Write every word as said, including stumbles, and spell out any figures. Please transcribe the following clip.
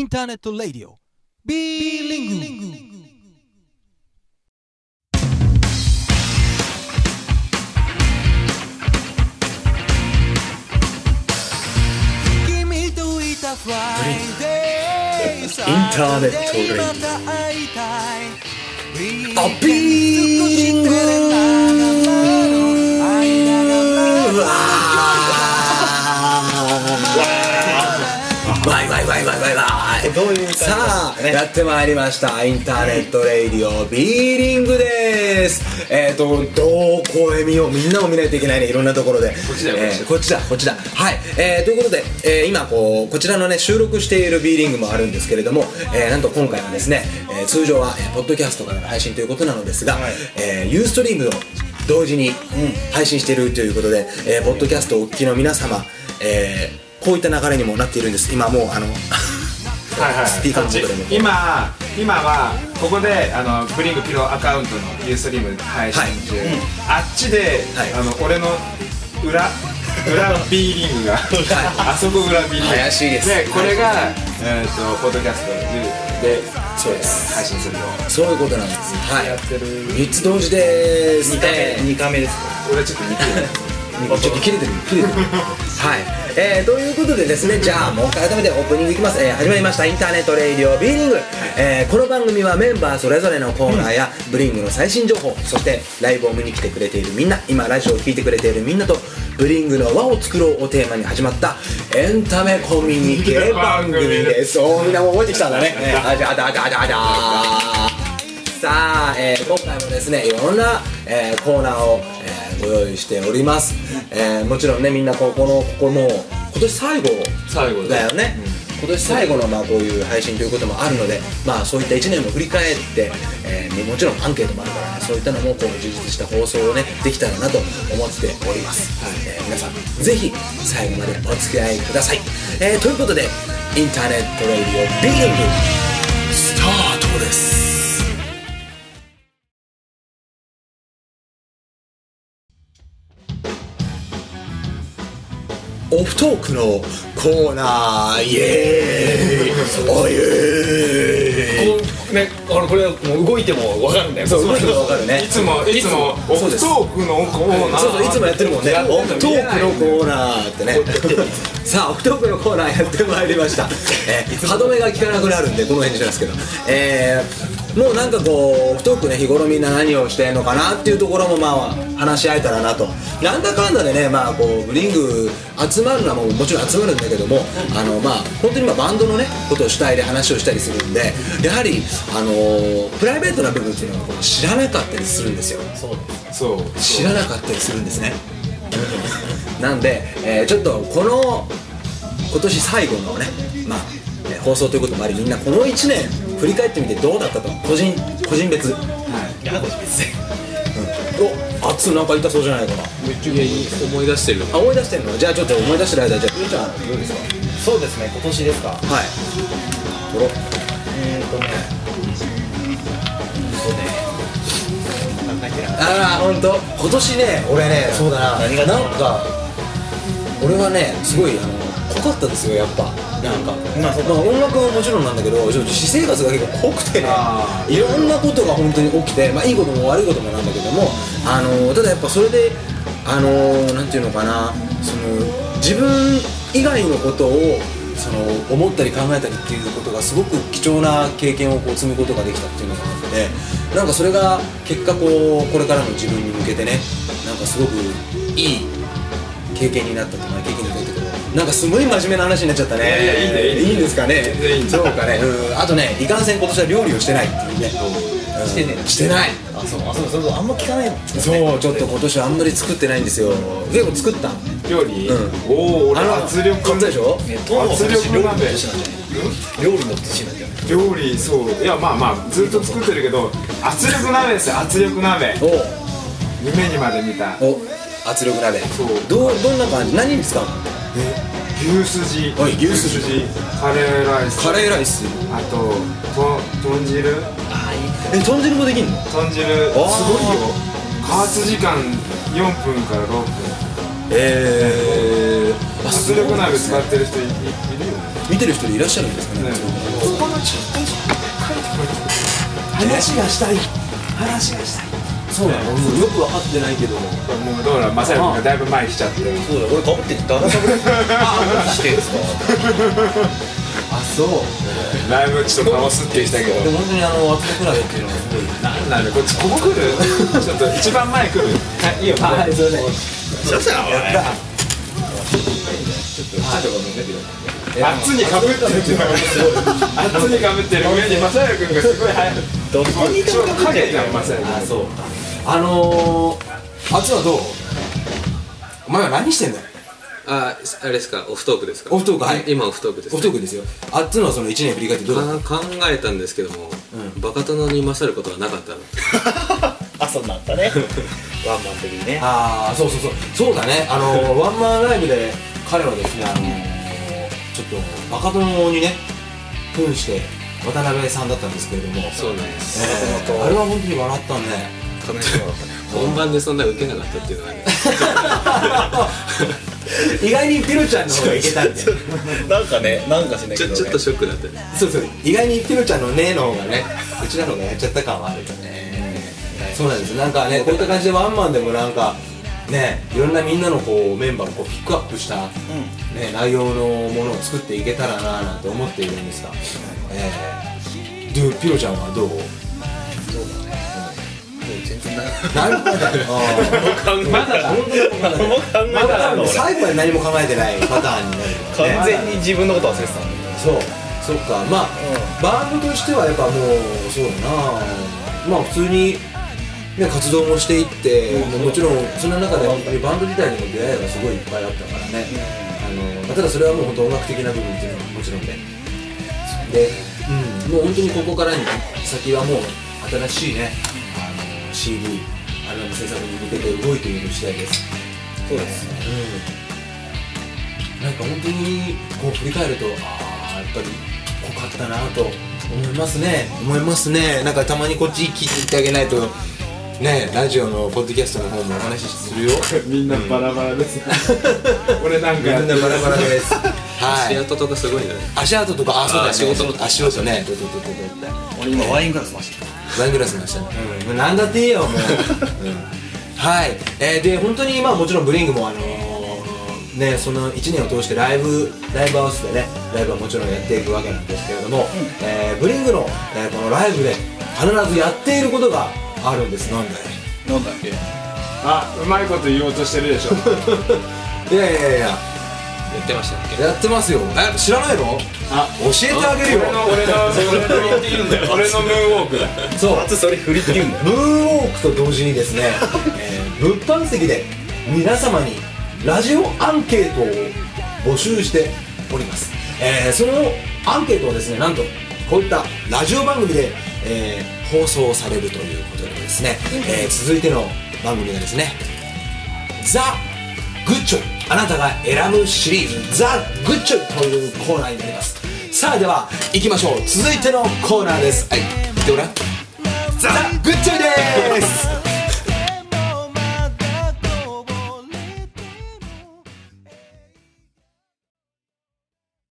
ンターネットラディオ B リング。君といたフライデー、インターネットラディオ、あ、ビーリング。ワイワイワイワイワイワイ。 どういうさあ、やってまいりましたインターネットレイディオ B リングです。えっとどこへ見よう、みんなも見ないといけないね、いろんなところで。 こっちだよ、 えー、こっちだこっちだはい、えー、ということで、えー、今こうこちらのね収録している B リングもあるんですけれども、えー、なんと今回はですね、えー、通常は、えー、ポッドキャストからの配信ということなのですが、はい、えー、ユーストリームを同時に配信しているということで、えー、ポッドキャストをお聞きの皆様、えー、こういった流れにもなっているんです。今もうあのはいはい、 スピーカーのところでも今今はここであのブリングピロアカウントのユーストリーム配信中、はい、うん、あっちで、はい、あの俺の裏裏 B リングがあそこ裏 B リング怪しいです。 でこれが、はい、えー、とポッドキャストでそうです、 配信するよ。 そういうことなんです。はい、 やってるみっつ同時です。 にかいめにかいめですか。 俺ちょっと似てるちょっと切れてる切れてるはい、えー、ということでですね、じゃあもう一回改めてオープニングいきます。えー、始まりましたインターネットレイディオ B リング、えー、この番組はメンバーそれぞれのコーナーやブリングの最新情報、そしてライブを見に来てくれているみんな、今ラジオを聴いてくれているみんなとブリングの輪を作ろうをテーマに始まったエンタメコミュニケ番組です。おー、みんなもう覚えてきたんだね。あじゃあだだだださあ、えー、今回もですねいろんな、えー、コーナーを、えー、ご用意しております。えー、もちろんねみんなここのここも今年最後最後だよね、うん、今年最後のまあこういう配信ということもあるので、まあそういったいちねんも振り返って、えー、もちろんアンケートもあるからね、そういったのもこう充実した放送をねできたらなと思っております。はい、えー、皆さんぜひ最後までお付き合いください。えー、ということでインターネットレイディオ B リングスタートです。オフトークのコーナー、イエーイ、おいえーいね、あのこれはもう動いても分かるんだよ。 そう、動いても分かるね。 いつもいつもオフトークのコーナー、 そうそう、いつもやってるもんね。オフトークのコーナーってねさあオフトークのコーナーやってまいりました。えー、歯止めが効かなくなるんでこの辺にしますけど、えー、もうなんかこうオフトークね、日頃みんな何をしてんのかなっていうところもまあ話し合えたらなと。なんだかんだでね、まあこうブリング集まるのはもうもちろん集まるんだけども、あのまあ本当にまあバンドのねことを主体で話をしたりするんで、やはりあのー、プライベートな部分っていうのはこう知らなかったりするんですよ。 そうそう知らなかったりするんですねなんで、えー、ちょっとこの今年最後のね、まあ、えー、放送ということもあり、みんなこのいちねん振り返ってみてどうだったと、個人個人別、はい、 いや個人別で、 うん、お、あつなんか言ったそうじゃないかな。 めっちゃ思い出してる。 あ、思い出してるの。じゃあちょっと思い出してる間、じゃあゆうちゃんどうですか。 そうですね、今年ですか。 はい、とろえーとねそうね考えてなかった。 ああ、ほんと今年ね、俺ね、そうだな、 何がなんか俺はね、すごいあの濃かったですよ、やっぱ。なんか、まあ、まあ、音楽ももちろんなんだけど、ちょっと私生活が結構濃くてね、いろんなことが本当に起きて、まあいいことも悪いこともなんだけども、あのただやっぱそれであのなんていうのかな、その自分以外のことをその思ったり考えたりっていうことがすごく貴重な経験をこう積むことができたっていうのがあって、なんかそれが結果こうこれからの自分に向けてね、なんかすごくいい経験になったと、まあ経験になったけど、なんかすごい真面目な話になっちゃったね。 いやいやいいね、 いいんですかね。 全然いいんだ。 そうかね。うん。あとね、いかんせん今年は料理をしてないっていうね。 うん、してねしてない。 あ、そう、あ、そう、そう、あんま聞かない、ね。 そう、ちょっと今年はあんまり作ってないんですよ。結構作った。 料理？ うん。 おお、俺圧力買ったでしょ？ ね、圧力鍋。料理の年なんじゃない？ 料理、そう、いやまあまあずっと作ってるけど、圧力鍋ですよ、圧力鍋。 お。 夢にまで見た。 お。圧力鍋。 そう。 どうどんな感じ？何に使うの？ え？牛すじ、 はい、牛すじ、 カレーライス、 カレーライス、 あとと豚汁。 ああ、いい。 え、豚汁もできんの？ 豚汁すごいよ。加圧時間よんぷんからろっぷん。 えー、 圧力鍋使ってる人いるよね。 見てる人でいらっしゃるんですかね。 ここのちょっと話がしたい話がしたい。 そうなの、よく分かってないけど、もうだからマサヤ君がだいぶ前来ちゃって。 そうだ、俺かぶってダダかぶれしてんすか。 あ、そう。 ライブちょっと倒すって言ってたけど、 でも本当にあの私のクラブっていうのがすごいなんなんでこっちここ来るちょっと一番前来る。はい、いいよ。 はい、それでシャシャやった。 ちょっとちょっとごめんね。あっつにかぶってるっていうのがあっつにかぶってる上にマサヤ君がすごい早い。 どこにちょっと影がマサヤ君。 あ、そう。あのー、あっつはどう？お前は何してんだよ。 あ、あれですか、オフトークですか。 オフトーク、はい。 今オフトークです、 オフトークですよ。あっつのそのいちねん振り返ってどうだった？ 考えたんですけども、バカ殿に勝ることはなかったの。 あ、そうなったね。ワンマンの時にね。 ああ、そうそうそう。そうだね。あのー、ワンマンライブで彼はですね、あのー、ちょっとバカ殿にね、扮して渡辺さんだったんですけれども。 そうなんです。 えー、あれは本当に笑ったね。 本番でそんな受けなかったっていうのはね。 意外にピロちゃんの方がいけたんで。 なんかね、なんかしないけどね。 ちょっとショックだったね。 そうそう。意外にピロちゃんのねの方がね、うちらの方がやっちゃった感はあるよね。そうなんです。なんかね、こういった感じでワンマンでもなんかね、いろんなみんなのこうメンバーをこうピックアップした、ね、内容のものを作っていけたらななんて思っているんですが、えー、でピロちゃんはどう？ 全然何も考えてない。 まだだ。 何も考えてない。 最後まで何も考えてないパターンになる。 完全に自分のこと忘れてたんだ。 そう、そっか。まあバンドとしてはやっぱもうそうだな。まあ普通にね活動もしていって、もちろんその中で本当にバンド自体にも出会いがすごいいっぱいあったからね。あのただそれはもう本当音楽的な部分っていうのはもちろんで、で、うん、もう本当にここからに先はもう新しいね。シーディー、アルバム制作に向けて動いている次第です。 そうです。 うん。なんか本当にこう振り返ると、ああやっぱり濃かったなと思いますね。思いますね。なんかたまにこっち聞いていってあげないとね、ラジオのポッドキャストの方もお話しするよ。 みんなバラバラです。俺なんかみんなバラバラです。 足跡とかすごいね。 足跡とか、あ、そうだね。 足音、 足音ね。 俺今ワイングラス回してる。 ワイングラスましたね。うん、なんだっていいよもう。うん、はい。えー、で本当にまあもちろんブリングもあのー、ねそのいちねんを通してライブライブハウスでねライブはもちろんやっていくわけなんですけれども、うん、えー、ブリングの、えー、このライブで必ずやっていることがあるんです。なんだい。 なんだっけ。 あ、うまいこと言おうとしてるでしょ。 いやいやいや。 やってましたっけ？ やってますよ。え、知らないの？あ、教えてあげるよ。 俺の俺の俺のって言うんだよ。俺のムーンウォークだ。 そう。 初それ振りって言うんだよ。 ムーンウォークと同時にですね、えー、物販席で皆様にラジオアンケートを募集しております。えー、そのアンケートをですね、なんとこういったラジオ番組で、えー、放送されるということでですね、えー、続いての番組がですね、ザ・グッチョイ、あなたが選ぶシリーズザ・グッチョイというコーナーになります。さあでは行きましょう。続いてのコーナーです。はい、言ってごらん。ザ・グッチョイです。